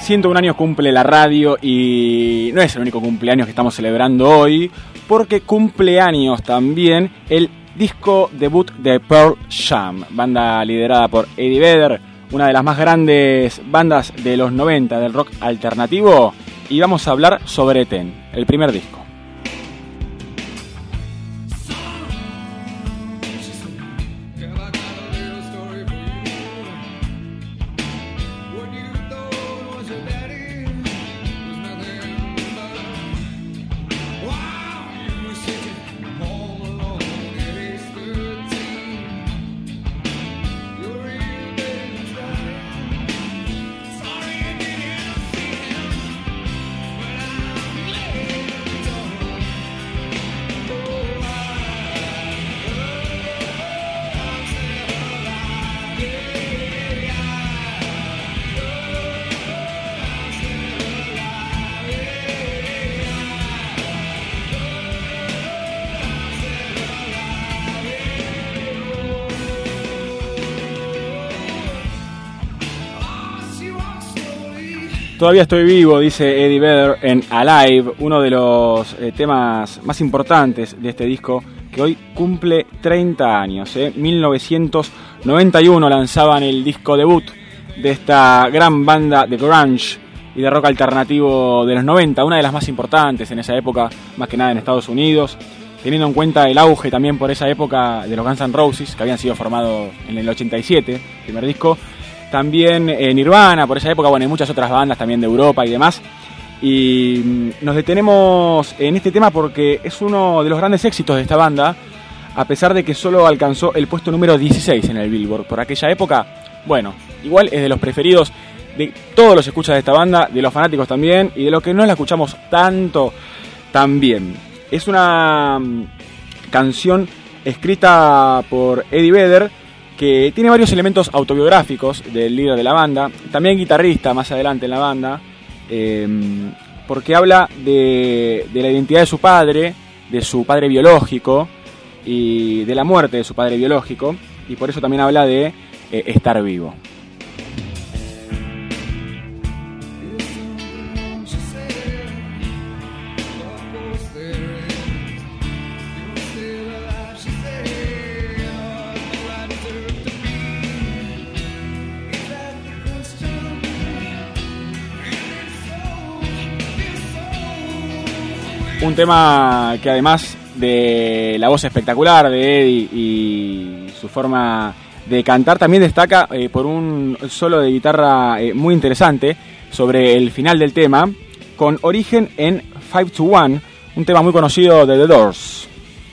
101 años cumple la radio y no es el único cumpleaños que estamos celebrando hoy, porque cumpleaños también el disco debut de Pearl Jam, banda liderada por Eddie Vedder, una de las más grandes bandas de los 90 del rock alternativo, y vamos a hablar sobre Ten, el primer disco. Todavía estoy vivo, dice Eddie Vedder en Alive, uno de los temas más importantes de este disco que hoy cumple 30 años. 1991 lanzaban el disco debut de esta gran banda de grunge y de rock alternativo de los 90, una de las más importantes en esa época, más que nada en Estados Unidos, teniendo en cuenta el auge también por esa época de los Guns N' Roses, que habían sido formados en el 87, primer disco. También Nirvana, por esa época, bueno, y muchas otras bandas también de Europa y demás. Y nos detenemos en este tema porque es uno de los grandes éxitos de esta banda, a pesar de que solo alcanzó el puesto número 16 en el Billboard. Por aquella época, bueno, igual es de los preferidos de todos los escuchas de esta banda, de los fanáticos también, y de los que no la escuchamos tanto también. Es una canción escrita por Eddie Vedder, que tiene varios elementos autobiográficos del líder de la banda, también guitarrista más adelante en la banda, porque habla de la identidad de su padre biológico y de la muerte de su padre biológico, y por eso también habla de estar vivo. Un tema que además de la voz espectacular de Eddie y su forma de cantar, también destaca por un solo de guitarra muy interesante sobre el final del tema, con origen en 5 to 1, un tema muy conocido de The Doors.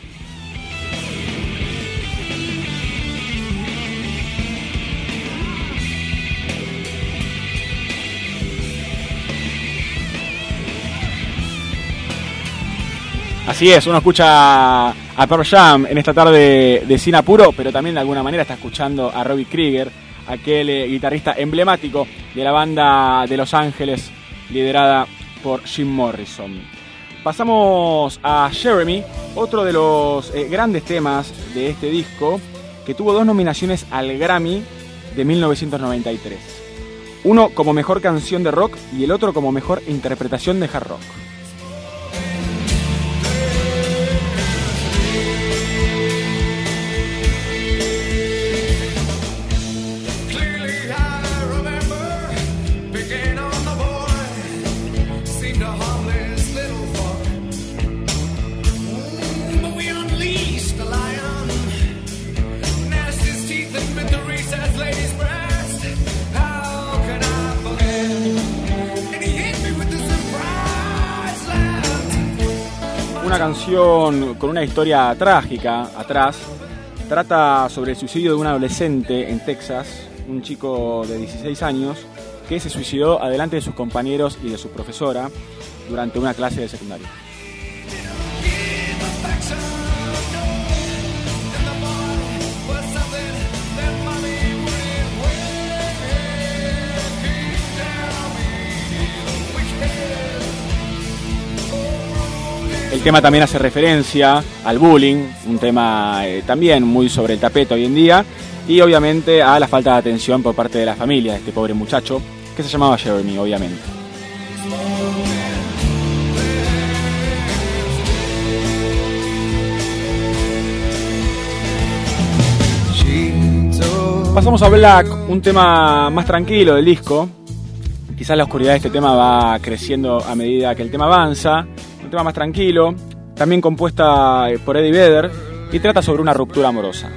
Así es, uno escucha a Pearl Jam en esta tarde de Sin Apuro, pero también de alguna manera está escuchando a Robbie Krieger, aquel guitarrista emblemático de la banda de Los Ángeles, liderada por Jim Morrison. Pasamos a Jeremy, otro de los grandes temas de este disco, que tuvo 2 nominaciones al Grammy de 1993. Uno como mejor canción de rock y el otro como mejor interpretación de hard rock. Una canción con una historia trágica atrás, trata sobre el suicidio de un adolescente en Texas, un chico de 16 años que se suicidó adelante de sus compañeros y de su profesora durante una clase de secundaria. El tema también hace referencia al bullying, un tema también muy sobre el tapete hoy en día, y obviamente a la falta de atención por parte de la familia de este pobre muchacho, que se llamaba Jeremy, obviamente. Pasamos a Black, un tema más tranquilo del disco. Quizás la oscuridad de este tema va creciendo a medida que el tema avanza. Un tema más tranquilo, también compuesta por Eddie Vedder, y trata sobre una ruptura amorosa.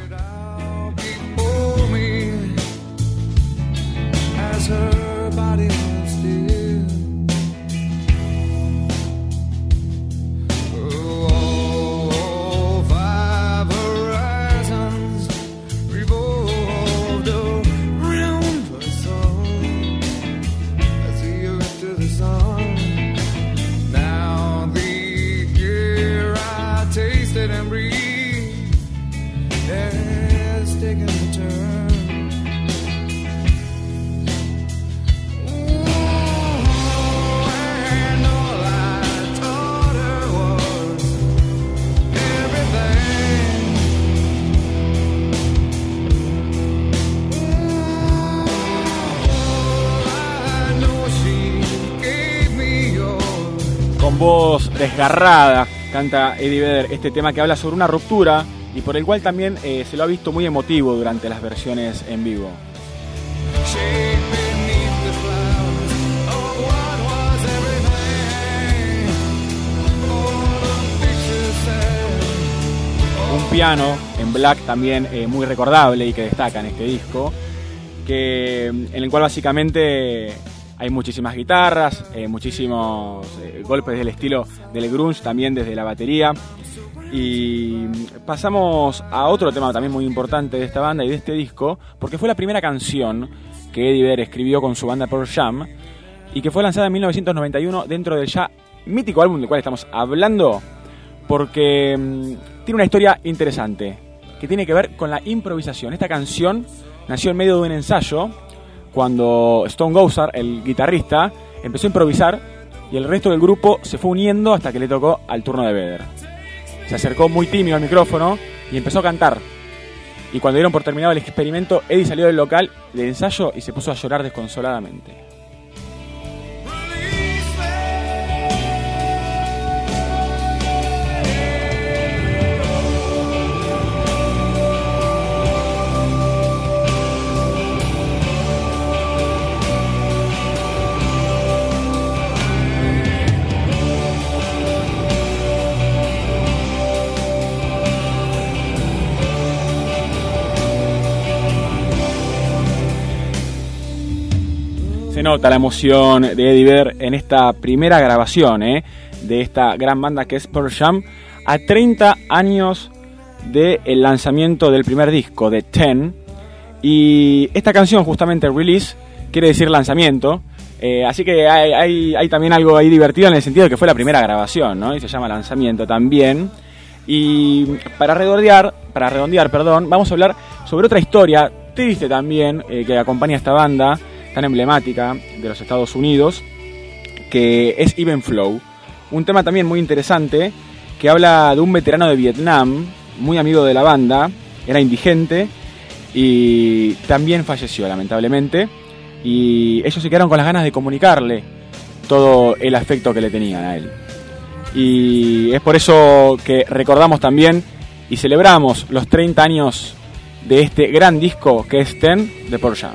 Con voz desgarrada canta Eddie Vedder este tema que habla sobre una ruptura y por el cual también se lo ha visto muy emotivo durante las versiones en vivo. Un piano en Black también muy recordable y que destaca en este disco, en el cual básicamente hay muchísimas guitarras, muchísimos golpes del estilo del grunge, también desde la batería. Y pasamos a otro tema también muy importante de esta banda y de este disco, porque fue la primera canción que Eddie Vedder escribió con su banda Pearl Jam y que fue lanzada en 1991 dentro del ya mítico álbum del cual estamos hablando, porque tiene una historia interesante que tiene que ver con la improvisación. Esta canción nació en medio de un ensayo cuando Stone Gossard, el guitarrista, empezó a improvisar y el resto del grupo se fue uniendo hasta que le tocó al turno de Vedder. Se acercó muy tímido al micrófono y empezó a cantar. Y cuando dieron por terminado el experimento, Eddie salió del local de ensayo y se puso a llorar desconsoladamente. Se nota la emoción de Eddie Vedder en esta primera grabación de esta gran banda que es Pearl Jam, a 30 años del lanzamiento del primer disco, de Ten. Y esta canción, justamente Release, quiere decir lanzamiento. Así que hay también algo ahí divertido en el sentido de que fue la primera grabación, ¿no? Y se llama lanzamiento también. Y para redondear, vamos a hablar sobre otra historia triste también que acompaña a esta banda tan emblemática de los Estados Unidos, que es Even Flow, un tema también muy interesante que habla de un veterano de Vietnam, muy amigo de la banda, era indigente y también falleció lamentablemente, y ellos se quedaron con las ganas de comunicarle todo el afecto que le tenían a él. Y es por eso que recordamos también y celebramos los 30 años de este gran disco que es Ten de Pearl Jam.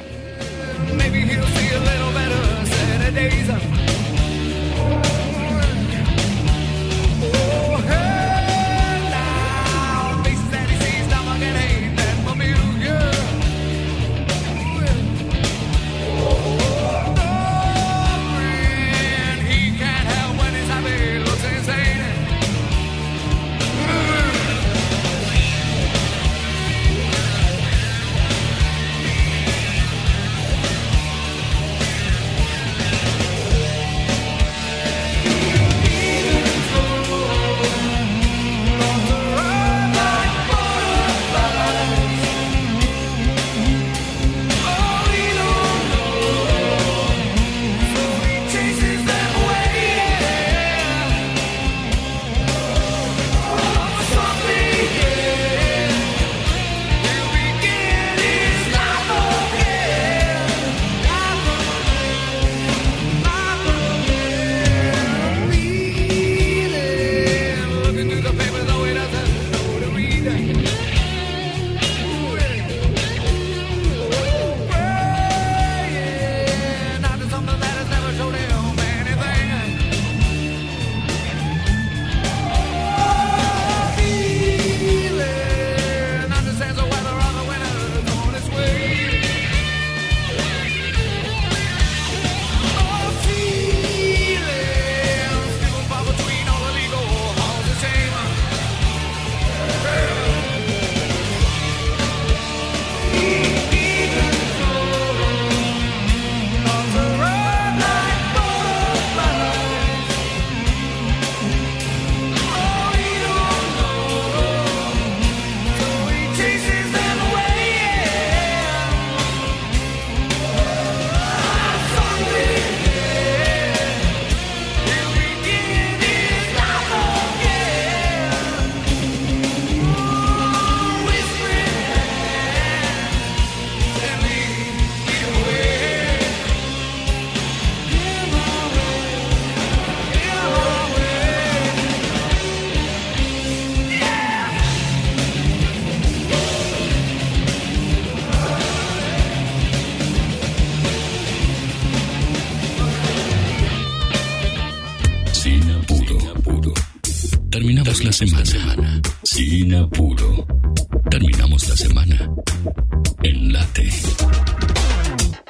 Terminamos la semana sin apuro. Terminamos la semana en Late.